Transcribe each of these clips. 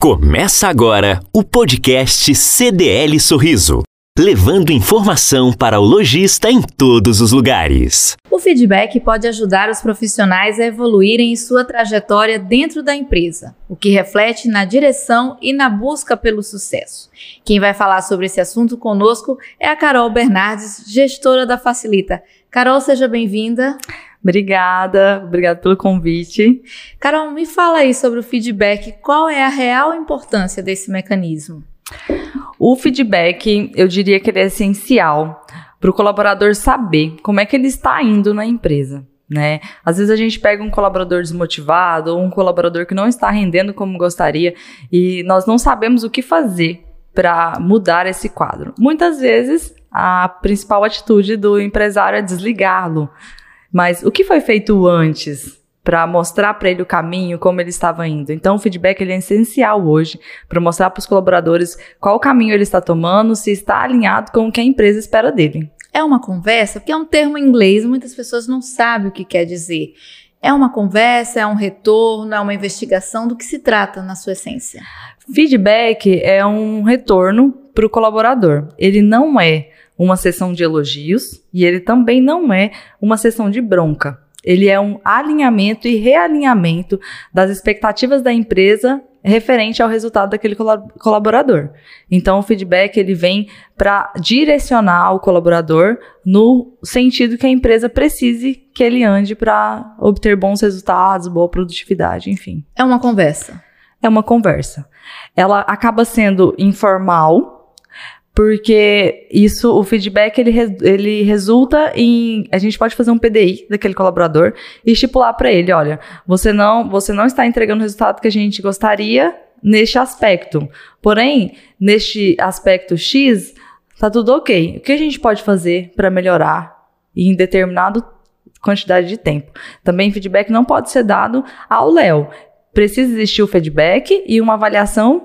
Começa agora o podcast CDL Sorriso, levando informação para o lojista em todos os lugares. O feedback pode ajudar os profissionais a evoluírem em sua trajetória dentro da empresa, o que reflete na direção e na busca pelo sucesso. Quem vai falar sobre esse assunto conosco é a Carol Bernardes, gestora da Facilita. Carol, seja bem-vinda. Obrigada pelo convite. Carol, me fala aí sobre o feedback. Qual é a real importância desse mecanismo? O feedback, eu diria que ele é essencial para o colaborador saber como é que ele está indo na empresa, né? Às vezes a gente pega um colaborador desmotivado ou um colaborador que não está rendendo como gostaria e nós não sabemos o que fazer para mudar esse quadro. Muitas vezes a principal atitude do empresário é desligá-lo. Mas o que foi feito antes para mostrar para ele o caminho, como ele estava indo? Então, o feedback ele é essencial hoje para mostrar para os colaboradores qual caminho ele está tomando, se está alinhado com o que a empresa espera dele. É uma conversa? Porque é um termo em inglês, muitas pessoas não sabem o que quer dizer. É uma conversa, é um retorno, é uma investigação? Do que se trata na sua essência? Feedback é um retorno para o colaborador. Ele não é uma sessão de elogios e ele também não é uma sessão de bronca. Ele é um alinhamento e realinhamento das expectativas da empresa referente ao resultado daquele colaborador. Então, o feedback ele vem para direcionar o colaborador no sentido que a empresa precise que ele ande para obter bons resultados, boa produtividade, enfim. É uma conversa. É uma conversa. Ela acaba sendo informal, porque o feedback, ele resulta em... A gente pode fazer um PDI daquele colaborador e estipular para ele, olha, você não está entregando o resultado que a gente gostaria neste aspecto. Porém, neste aspecto X, tá tudo ok. O que a gente pode fazer para melhorar em determinada quantidade de tempo? Também feedback não pode ser dado ao léu. Precisa existir o feedback e uma avaliação,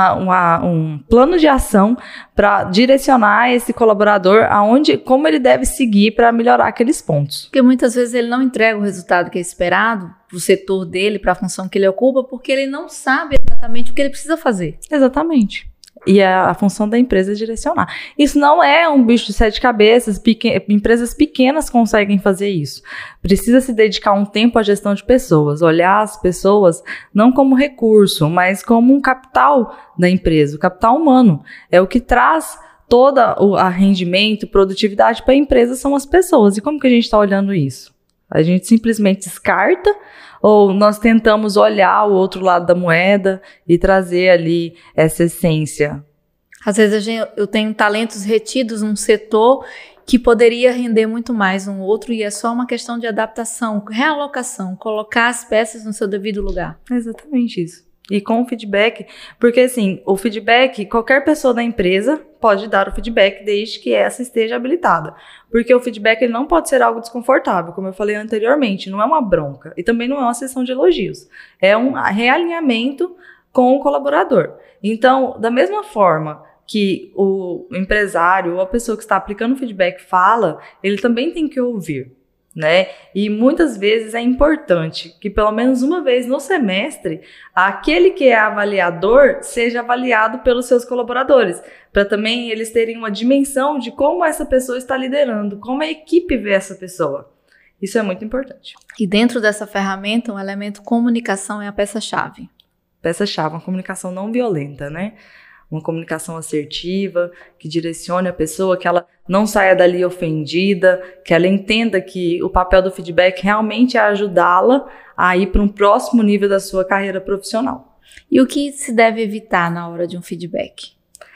um plano de ação para direcionar esse colaborador como ele deve seguir para melhorar aqueles pontos. Porque muitas vezes ele não entrega o resultado que é esperado para o setor dele, para a função que ele ocupa, porque ele não sabe exatamente o que ele precisa fazer. Exatamente. E a função da empresa é direcionar. Isso não é um bicho de sete cabeças, empresas pequenas conseguem fazer isso. Precisa se dedicar um tempo à gestão de pessoas, olhar as pessoas não como recurso, mas como um capital da empresa, o capital humano. É o que traz todo o rendimento, produtividade para a empresa, são as pessoas. E como que a gente está olhando isso? A gente simplesmente descarta ou nós tentamos olhar o outro lado da moeda e trazer ali essa essência? Às vezes eu tenho talentos retidos num setor que poderia render muito mais um outro e é só uma questão de adaptação, realocação, colocar as peças no seu devido lugar. É exatamente isso. E com o feedback, porque assim, o feedback, qualquer pessoa da empresa pode dar o feedback desde que essa esteja habilitada. Porque o feedback ele não pode ser algo desconfortável, como eu falei anteriormente, não é uma bronca e também não é uma sessão de elogios. É um realinhamento com o colaborador. Então, da mesma forma que o empresário ou a pessoa que está aplicando o feedback fala, ele também tem que ouvir, né? E muitas vezes é importante que pelo menos uma vez no semestre aquele que é avaliador seja avaliado pelos seus colaboradores, para também eles terem uma dimensão de como essa pessoa está liderando, como a equipe vê essa pessoa. Isso é muito importante. E dentro dessa ferramenta, um elemento comunicação é a peça-chave. Peça-chave, uma comunicação não violenta, né? Uma comunicação assertiva, que direcione a pessoa, que ela não saia dali ofendida, que ela entenda que o papel do feedback realmente é ajudá-la a ir para um próximo nível da sua carreira profissional. E o que se deve evitar na hora de um feedback?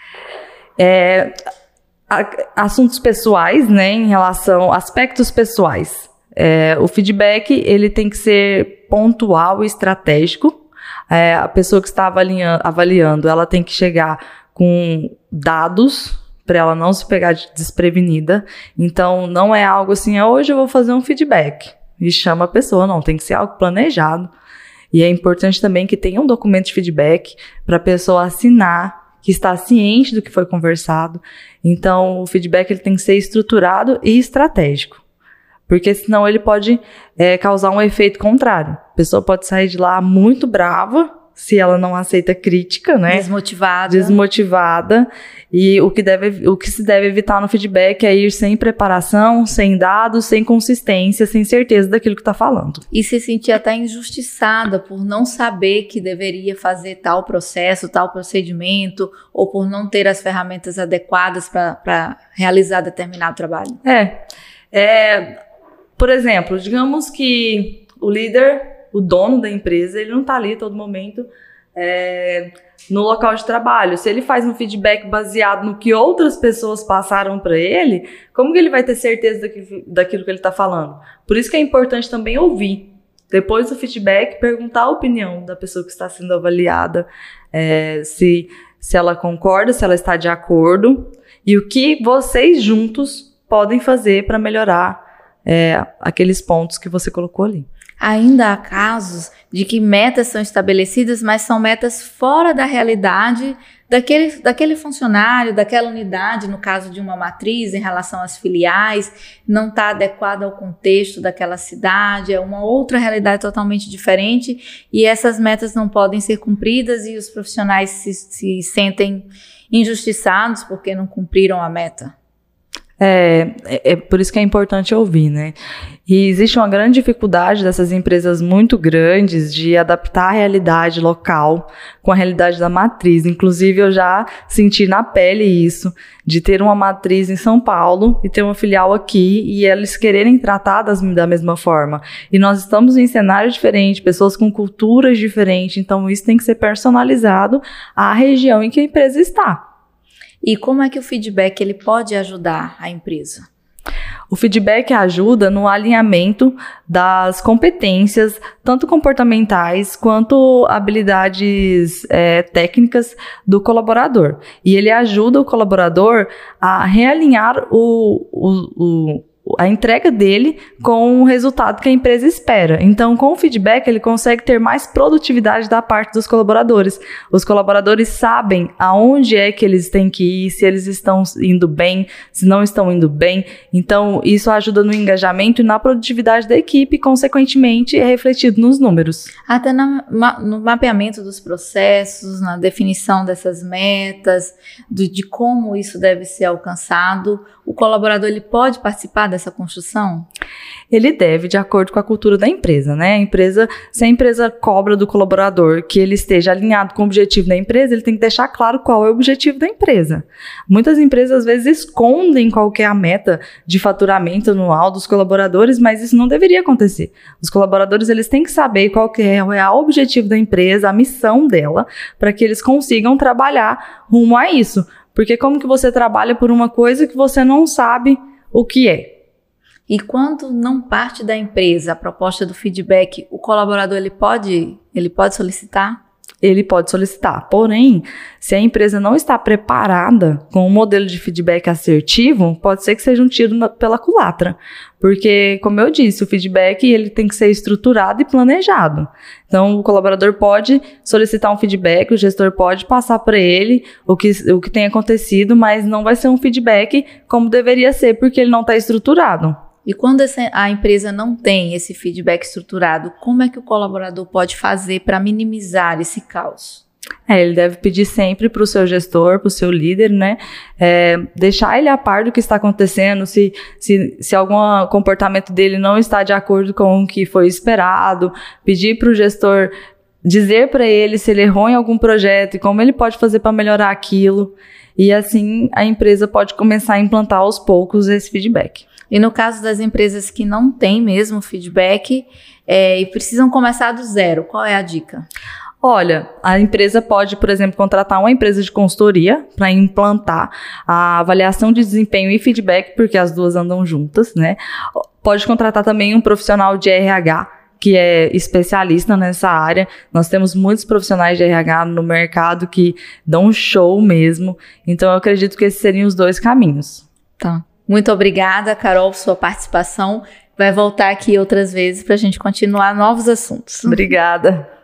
Assuntos pessoais, né, em relação a aspectos pessoais. O feedback ele tem que ser pontual e estratégico. A pessoa que está avaliando, ela tem que chegar com dados para ela não se pegar desprevenida. Então, não é algo assim, hoje eu vou fazer um feedback e chama a pessoa, não, tem que ser algo planejado. E é importante também que tenha um documento de feedback para a pessoa assinar, que está ciente do que foi conversado. Então, o feedback ele tem que ser estruturado e estratégico. Porque senão ele pode causar um efeito contrário. A pessoa pode sair de lá muito brava se ela não aceita crítica, né? Desmotivada. E o que se deve evitar no feedback é ir sem preparação, sem dados, sem consistência, sem certeza daquilo que está falando. E se sentir até injustiçada por não saber que deveria fazer tal processo, tal procedimento, ou por não ter as ferramentas adequadas para realizar determinado trabalho. Por exemplo, digamos que o líder, o dono da empresa, ele não está ali todo momento no local de trabalho. Se ele faz um feedback baseado no que outras pessoas passaram para ele, como que ele vai ter certeza daquilo que ele está falando? Por isso que é importante também ouvir. Depois do feedback, perguntar a opinião da pessoa que está sendo avaliada, se ela concorda, se ela está de acordo, e o que vocês juntos podem fazer para melhorar aqueles pontos que você colocou ali. Ainda há casos de que metas são estabelecidas, mas são metas fora da realidade daquele funcionário, daquela unidade, no caso de uma matriz, em relação às filiais, não está adequada ao contexto daquela cidade, é uma outra realidade totalmente diferente, e essas metas não podem ser cumpridas e os profissionais se sentem injustiçados porque não cumpriram a meta. Por isso que é importante ouvir, né? E existe uma grande dificuldade dessas empresas muito grandes de adaptar a realidade local com a realidade da matriz. Inclusive, eu já senti na pele isso, de ter uma matriz em São Paulo e ter uma filial aqui e eles quererem tratar da mesma forma. E nós estamos em cenário diferente, pessoas com culturas diferentes, então isso tem que ser personalizado à região em que a empresa está. E como é que o feedback ele pode ajudar a empresa? O feedback ajuda no alinhamento das competências, tanto comportamentais quanto habilidades técnicas do colaborador. E ele ajuda o colaborador a realinhar a entrega dele com o resultado que a empresa espera. Então, com o feedback, ele consegue ter mais produtividade da parte dos colaboradores. Os colaboradores sabem aonde é que eles têm que ir, se eles estão indo bem, se não estão indo bem. Então, isso ajuda no engajamento e na produtividade da equipe, e, consequentemente, é refletido nos números. Até no mapeamento dos processos, na definição dessas metas, de como isso deve ser alcançado, o colaborador ele pode participar dessa construção? Ele deve, de acordo com a cultura da empresa, né? Se a empresa cobra do colaborador que ele esteja alinhado com o objetivo da empresa, ele tem que deixar claro qual é o objetivo da empresa. Muitas empresas, às vezes, escondem qual que é a meta de faturamento anual dos colaboradores, mas isso não deveria acontecer. Os colaboradores, eles têm que saber qual que é o real objetivo da empresa, a missão dela, para que eles consigam trabalhar rumo a isso. Porque como que você trabalha por uma coisa que você não sabe o que é? E quando não parte da empresa a proposta do feedback, o colaborador ele pode solicitar? Ele pode solicitar, porém, se a empresa não está preparada com um modelo de feedback assertivo, pode ser que seja um tiro pela culatra, porque, como eu disse, o feedback ele tem que ser estruturado e planejado. Então, o colaborador pode solicitar um feedback, o gestor pode passar para ele o que tem acontecido, mas não vai ser um feedback como deveria ser, porque ele não está estruturado. E quando a empresa não tem esse feedback estruturado, como é que o colaborador pode fazer para minimizar esse caos? Ele deve pedir sempre para o seu gestor, para o seu líder, né? Deixar ele a par do que está acontecendo, se algum comportamento dele não está de acordo com o que foi esperado, pedir para o gestor dizer para ele se ele errou em algum projeto e como ele pode fazer para melhorar aquilo. E assim a empresa pode começar a implantar aos poucos esse feedback. E no caso das empresas que não têm mesmo feedback e precisam começar do zero, qual é a dica? Olha, a empresa pode, por exemplo, contratar uma empresa de consultoria para implantar a avaliação de desempenho e feedback, porque as duas andam juntas, né? Pode contratar também um profissional de RH, que é especialista nessa área. Nós temos muitos profissionais de RH no mercado que dão um show mesmo. Então, eu acredito que esses seriam os dois caminhos. Tá. Muito obrigada, Carol, por sua participação. Vai voltar aqui outras vezes para a gente continuar novos assuntos. Obrigada.